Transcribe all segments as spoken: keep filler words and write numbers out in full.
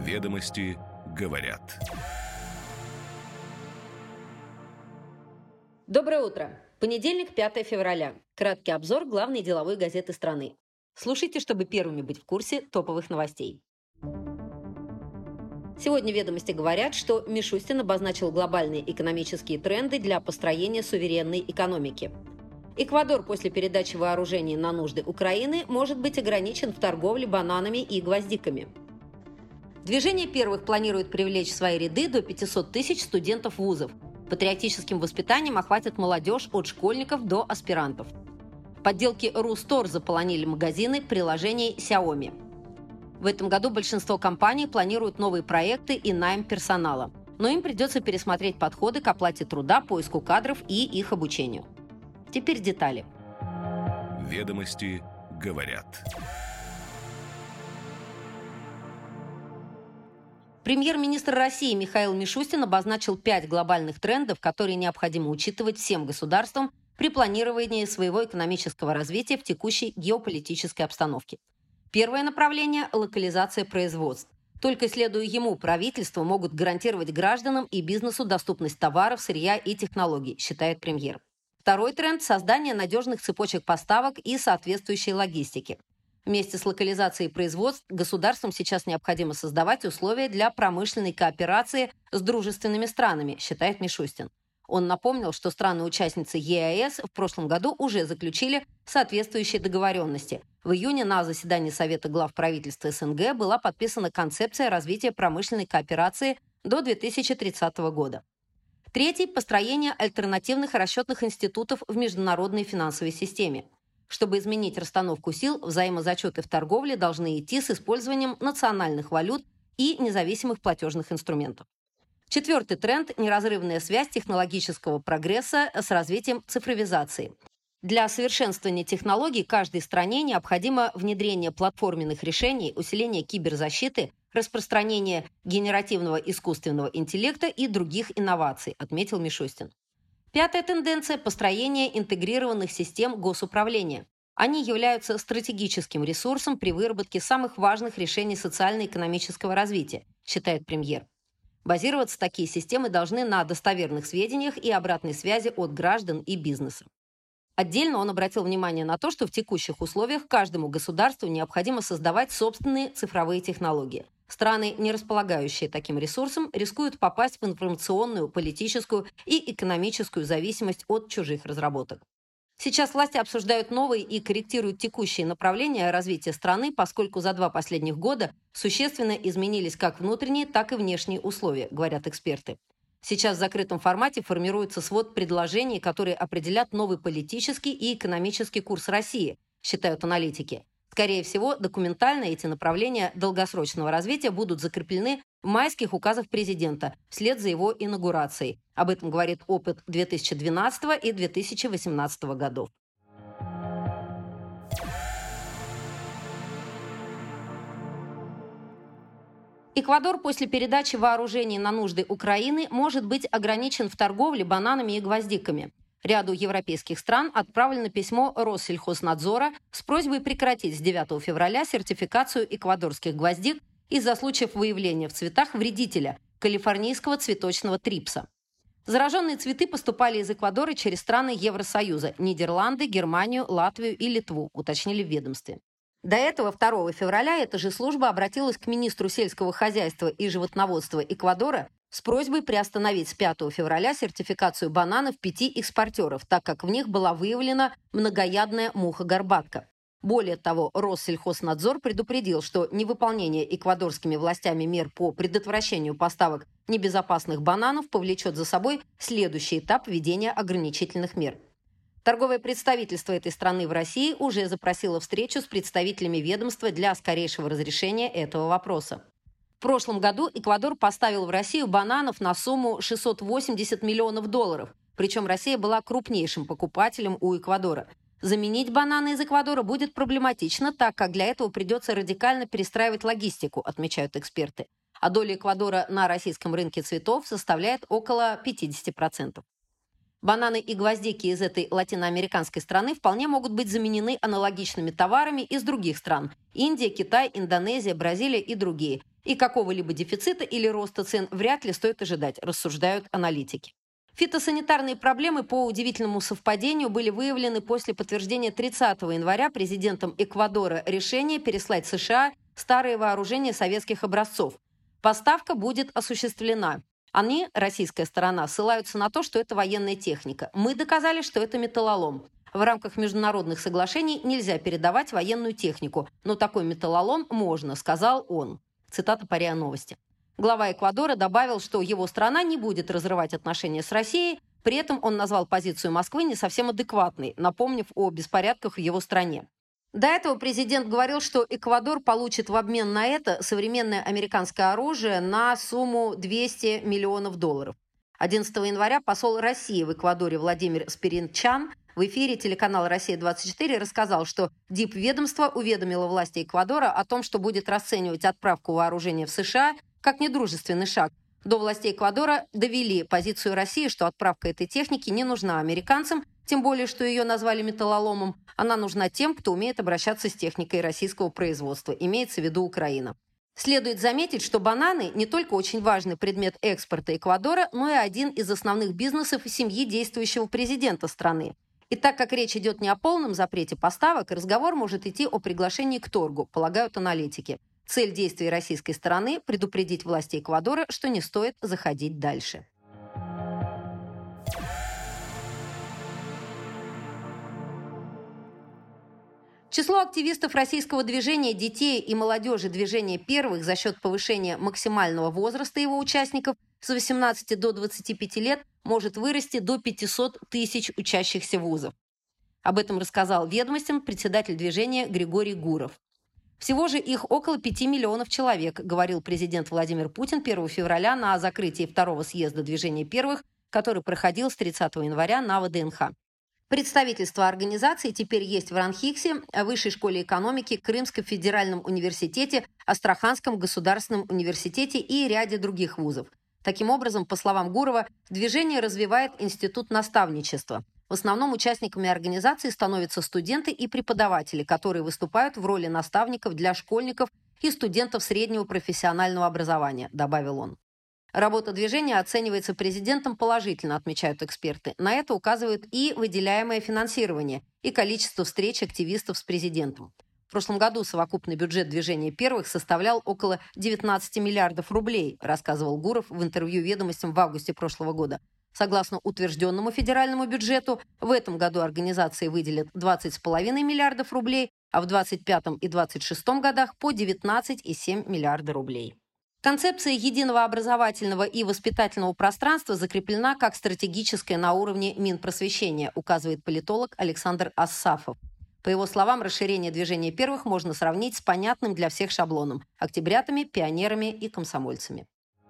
Ведомости говорят. Доброе утро. Понедельник, пятое февраля. Краткий обзор главной деловой газеты страны. Слушайте, чтобы первыми быть в курсе топовых новостей. Сегодня ведомости говорят, что Мишустин обозначил глобальные экономические тренды для построения суверенной экономики. Эквадор после передачи вооружений на нужды Украины может быть ограничен в торговле бананами и гвоздиками. Движение первых планирует привлечь в свои ряды до пятисот тысяч студентов вузов. Патриотическим воспитанием охватит молодежь от школьников до аспирантов. Подделки Рустор заполонили магазины приложений Xiaomi. В этом году большинство компаний планируют новые проекты и найм персонала. Но им придется пересмотреть подходы к оплате труда, поиску кадров и их обучению. Теперь детали. Ведомости говорят. Премьер-министр России Михаил Мишустин обозначил пять глобальных трендов, которые необходимо учитывать всем государствам при планировании своего экономического развития в текущей геополитической обстановке. Первое направление – локализация производств. Только следуя ему, правительства могут гарантировать гражданам и бизнесу доступность товаров, сырья и технологий, считает премьер. Второй тренд – создание надежных цепочек поставок и соответствующей логистики. Вместе с локализацией производств государствам сейчас необходимо создавать условия для промышленной кооперации с дружественными странами, считает Мишустин. Он напомнил, что страны-участницы ЕАЭС в прошлом году уже заключили соответствующие договоренности. В июне на заседании Совета глав правительства СНГ была подписана концепция развития промышленной кооперации до две тысячи тридцатого года. Третий – построение альтернативных расчетных институтов в международной финансовой системе. Чтобы изменить расстановку сил, взаимозачеты в торговле должны идти с использованием национальных валют и независимых платежных инструментов. Четвертый тренд – неразрывная связь технологического прогресса с развитием цифровизации. Для совершенствования технологий каждой стране необходимо внедрение платформенных решений, усиление киберзащиты, распространение генеративного искусственного интеллекта и других инноваций, отметил Мишустин. Пятая тенденция – построение интегрированных систем госуправления. Они являются стратегическим ресурсом при выработке самых важных решений социально-экономического развития, считает премьер. Базироваться такие системы должны на достоверных сведениях и обратной связи от граждан и бизнеса. Отдельно он обратил внимание на то, что в текущих условиях каждому государству необходимо создавать собственные цифровые технологии. Страны, не располагающие таким ресурсом, рискуют попасть в информационную, политическую и экономическую зависимость от чужих разработок. Сейчас власти обсуждают новые и корректируют текущие направления развития страны, поскольку за два последних года существенно изменились как внутренние, так и внешние условия, говорят эксперты. Сейчас в закрытом формате формируется свод предложений, которые определят новый политический и экономический курс России, считают аналитики. Скорее всего, документально эти направления долгосрочного развития будут закреплены в майских указах президента вслед за его инаугурацией. Об этом говорит опыт две тысячи двенадцатого и две тысячи восемнадцатого годов. Эквадор после передачи вооружений на нужды Украины может быть ограничен в торговле бананами и гвоздиками. Ряду европейских стран отправлено письмо Россельхознадзора с просьбой прекратить с девятого февраля сертификацию эквадорских гвоздик из-за случаев выявления в цветах вредителя – калифорнийского цветочного трипса. Зараженные цветы поступали из Эквадора через страны Евросоюза – Нидерланды, Германию, Латвию и Литву, уточнили в ведомстве. До этого второго февраля эта же служба обратилась к министру сельского хозяйства и животноводства Эквадора с просьбой приостановить с пятого февраля сертификацию бананов пяти экспортеров, так как в них была выявлена многоядная муха-горбатка. Более того, Россельхознадзор предупредил, что невыполнение эквадорскими властями мер по предотвращению поставок небезопасных бананов повлечет за собой следующий этап введения ограничительных мер. Торговое представительство этой страны в России уже запросило встречу с представителями ведомства для скорейшего разрешения этого вопроса. В прошлом году Эквадор поставил в Россию бананов на сумму шестьсот восемьдесят миллионов долларов, причем Россия была крупнейшим покупателем у Эквадора. Заменить бананы из Эквадора будет проблематично, так как для этого придется радикально перестраивать логистику, отмечают эксперты. А доля Эквадора на российском рынке цветов составляет около пятьдесят процентов. Бананы и гвоздики из этой латиноамериканской страны вполне могут быть заменены аналогичными товарами из других стран – Индия, Китай, Индонезия, Бразилия и другие. И какого-либо дефицита или роста цен вряд ли стоит ожидать, рассуждают аналитики. Фитосанитарные проблемы по удивительному совпадению были выявлены после подтверждения тридцатого января президентом Эквадора решения переслать США старые вооружения советских образцов. Поставка будет осуществлена. Они, российская сторона, ссылаются на то, что это военная техника. Мы доказали, что это металлолом. В рамках международных соглашений нельзя передавать военную технику, но такой металлолом можно, сказал он. Цитата по РИА Новости. Глава Эквадора добавил, что его страна не будет разрывать отношения с Россией, при этом он назвал позицию Москвы не совсем адекватной, напомнив о беспорядках в его стране. До этого президент говорил, что Эквадор получит в обмен на это современное американское оружие на сумму двести миллионов долларов. одиннадцатого января посол России в Эквадоре Владимир Спиринчан в эфире телеканала «Россия-двадцать четыре» рассказал, что Дипведомство уведомило власти Эквадора о том, что будет расценивать отправку вооружения в США как недружественный шаг. До властей Эквадора довели позицию России, что отправка этой техники не нужна американцам, тем более, что ее назвали металлоломом. Она нужна тем, кто умеет обращаться с техникой российского производства, имеется в виду Украина. Следует заметить, что бананы не только очень важный предмет экспорта Эквадора, но и один из основных бизнесов семьи действующего президента страны. И так как речь идет не о полном запрете поставок, разговор может идти о приглашении к торгу, полагают аналитики. Цель действий российской стороны – предупредить власти Эквадора, что не стоит заходить дальше. Число активистов российского движения детей и молодежи движения первых за счет повышения максимального возраста его участников с восемнадцати до двадцати пяти лет может вырасти до пятисот тысяч учащихся вузов. Об этом рассказал «Ведомостям» председатель движения Григорий Гуров. Всего же их около пяти миллионов человек, говорил президент Владимир Путин первого февраля на закрытии второго съезда движения первых, который проходил с тридцатого января на ВДНХ. Представительство организации теперь есть в РАНХИКСе, Высшей школе экономики, Крымском федеральном университете, Астраханском государственном университете и ряде других вузов. Таким образом, по словам Гурова, движение развивает институт наставничества. В основном участниками организации становятся студенты и преподаватели, которые выступают в роли наставников для школьников и студентов среднего профессионального образования, добавил он. Работа движения оценивается президентом положительно, отмечают эксперты. На это указывает и выделяемое финансирование, и количество встреч активистов с президентом. В прошлом году совокупный бюджет движения первых составлял около девятнадцати миллиардов рублей, рассказывал Гуров в интервью «Ведомостям» в августе прошлого года. Согласно утвержденному федеральному бюджету, в этом году организации выделят двадцать с половиной миллиардов рублей, а в двадцать пятом и двадцать шестом годах по девятнадцать и семь десятых миллиарда рублей. Концепция единого образовательного и воспитательного пространства закреплена как стратегическая на уровне Минпросвещения, указывает политолог Александр Ассафов. По его словам, расширение движения первых можно сравнить с понятным для всех шаблоном – октябрятами, пионерами и комсомольцами.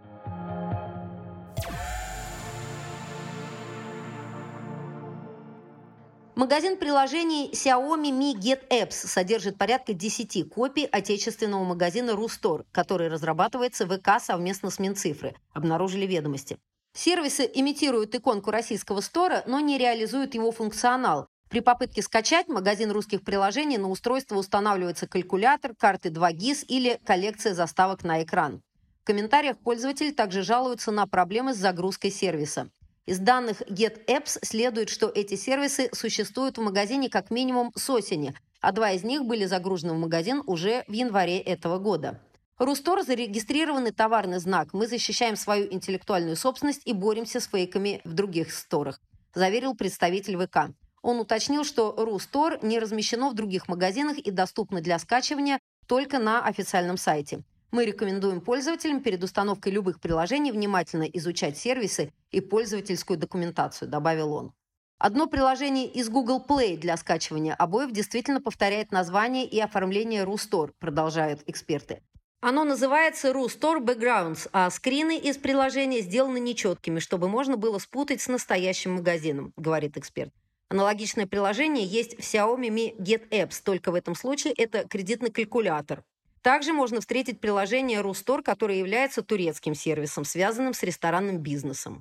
Магазин приложений Xiaomi Mi Get Apps содержит порядка десяти копий отечественного магазина Рустор, который разрабатывается ВК совместно с Минцифры, обнаружили «Ведомости». Сервисы имитируют иконку российского стора, но не реализуют его функционал. При попытке скачать магазин русских приложений на устройство устанавливается калькулятор, карты два гис или коллекция заставок на экран. В комментариях пользователи также жалуются на проблемы с загрузкой сервиса. Из данных Get Apps следует, что эти сервисы существуют в магазине как минимум с осени, а два из них были загружены в магазин уже в январе этого года. Рустор – зарегистрированный товарный знак. Мы защищаем свою интеллектуальную собственность и боремся с фейками в других сторах, заверил представитель ВК. Он уточнил, что Рустор не размещено в других магазинах и доступно для скачивания только на официальном сайте. Мы рекомендуем пользователям перед установкой любых приложений внимательно изучать сервисы и пользовательскую документацию, добавил он. Одно приложение из Google Play для скачивания обоев действительно повторяет название и оформление Рустор, продолжают эксперты. Оно называется Рустор Backgrounds, а скрины из приложения сделаны нечеткими, чтобы можно было спутать с настоящим магазином, говорит эксперт. Аналогичное приложение есть в Xiaomi Mi Get Apps, только в этом случае это кредитный калькулятор. Также можно встретить приложение Рустор, которое является турецким сервисом, связанным с ресторанным бизнесом.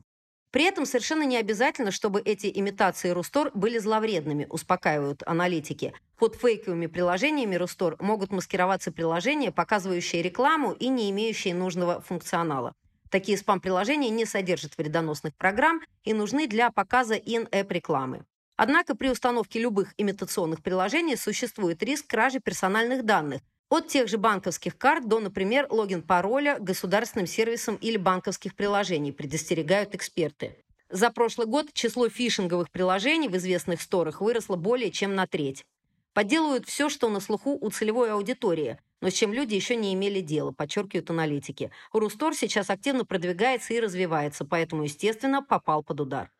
При этом совершенно не обязательно, чтобы эти имитации Рустор были зловредными, успокаивают аналитики. Под фейковыми приложениями Рустор могут маскироваться приложения, показывающие рекламу и не имеющие нужного функционала. Такие спам-приложения не содержат вредоносных программ и нужны для показа ин-эп рекламы. Однако при установке любых имитационных приложений существует риск кражи персональных данных, от тех же банковских карт до, например, логин-пароля к государственным сервисам или банковских приложений, предостерегают эксперты. За прошлый год число фишинговых приложений в известных сторах выросло более чем на треть. Подделывают все, что на слуху у целевой аудитории, но с чем люди еще не имели дела, подчеркивают аналитики. Рустор сейчас активно продвигается и развивается, поэтому, естественно, попал под удар.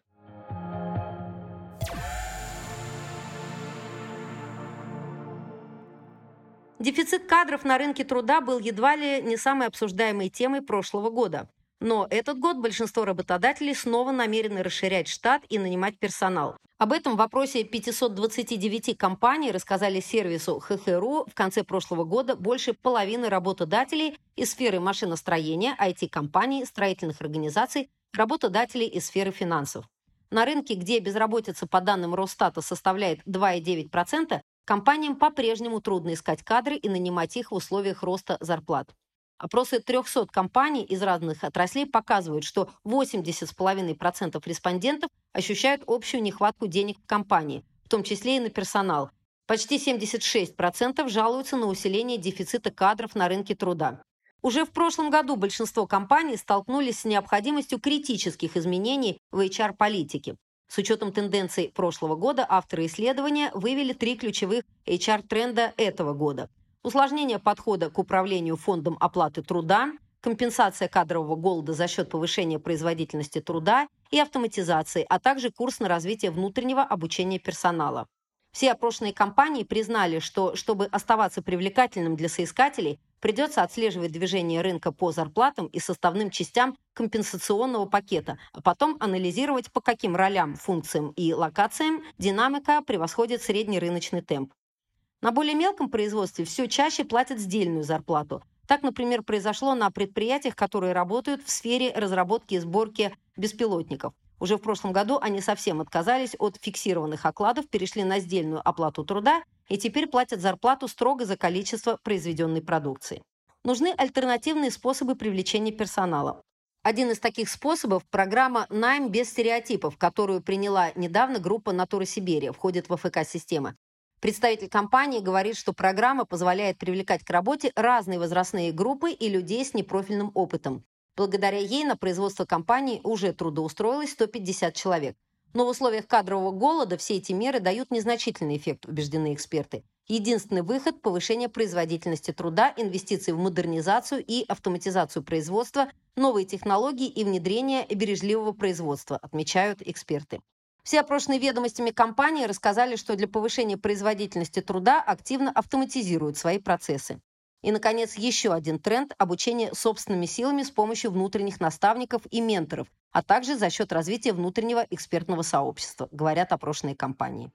Дефицит кадров на рынке труда был едва ли не самой обсуждаемой темой прошлого года. Но этот год большинство работодателей снова намерены расширять штат и нанимать персонал. Об этом в вопросе пятисот двадцати девяти компаний рассказали сервису ха ха ру в конце прошлого года больше половины работодателей из сферы машиностроения, ай ти-компаний, строительных организаций, работодателей из сферы финансов. На рынке, где безработица по данным Росстата составляет два и девять десятых процента, компаниям по-прежнему трудно искать кадры и нанимать их в условиях роста зарплат. Опросы трехсот компаний из разных отраслей показывают, что восемьдесят целых пять десятых процента респондентов ощущают общую нехватку денег в компании, в том числе и на персонал. Почти семьдесят шесть процентов жалуются на усиление дефицита кадров на рынке труда. Уже в прошлом году большинство компаний столкнулись с необходимостью критических изменений в эйч ар-политике. С учетом тенденций прошлого года авторы исследования вывели три ключевых эйч ар-тренда этого года. Усложнение подхода к управлению фондом оплаты труда, компенсация кадрового голода за счет повышения производительности труда и автоматизации, а также курс на развитие внутреннего обучения персонала. Все опрошенные компании признали, что, чтобы оставаться привлекательным для соискателей, придется отслеживать движение рынка по зарплатам и составным частям компенсационного пакета, а потом анализировать, по каким ролям, функциям и локациям динамика превосходит средний рыночный темп. На более мелком производстве все чаще платят сдельную зарплату. Так, например, произошло на предприятиях, которые работают в сфере разработки и сборки беспилотников. Уже в прошлом году они совсем отказались от фиксированных окладов, перешли на сдельную оплату труда и теперь платят зарплату строго за количество произведенной продукции. Нужны альтернативные способы привлечения персонала. Один из таких способов – программа «Найм без стереотипов», которую приняла недавно группа «Натура Сибири», входит в эф ка-система. Представитель компании говорит, что программа позволяет привлекать к работе разные возрастные группы и людей с непрофильным опытом. Благодаря ей на производство компании уже трудоустроилось сто пятьдесят человек. Но в условиях кадрового голода все эти меры дают незначительный эффект, убеждены эксперты. Единственный выход – повышение производительности труда, инвестиции в модернизацию и автоматизацию производства, новые технологии и внедрение бережливого производства, отмечают эксперты. Все опрошенные ведомостями компании рассказали, что для повышения производительности труда активно автоматизируют свои процессы. И, наконец, еще один тренд – обучение собственными силами с помощью внутренних наставников и менторов, а также за счет развития внутреннего экспертного сообщества, говорят опрошенные компании.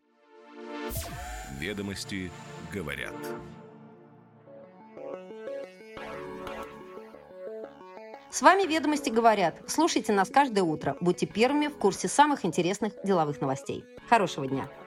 Ведомости говорят. С вами «Ведомости говорят». Слушайте нас каждое утро. Будьте первыми в курсе самых интересных деловых новостей. Хорошего дня!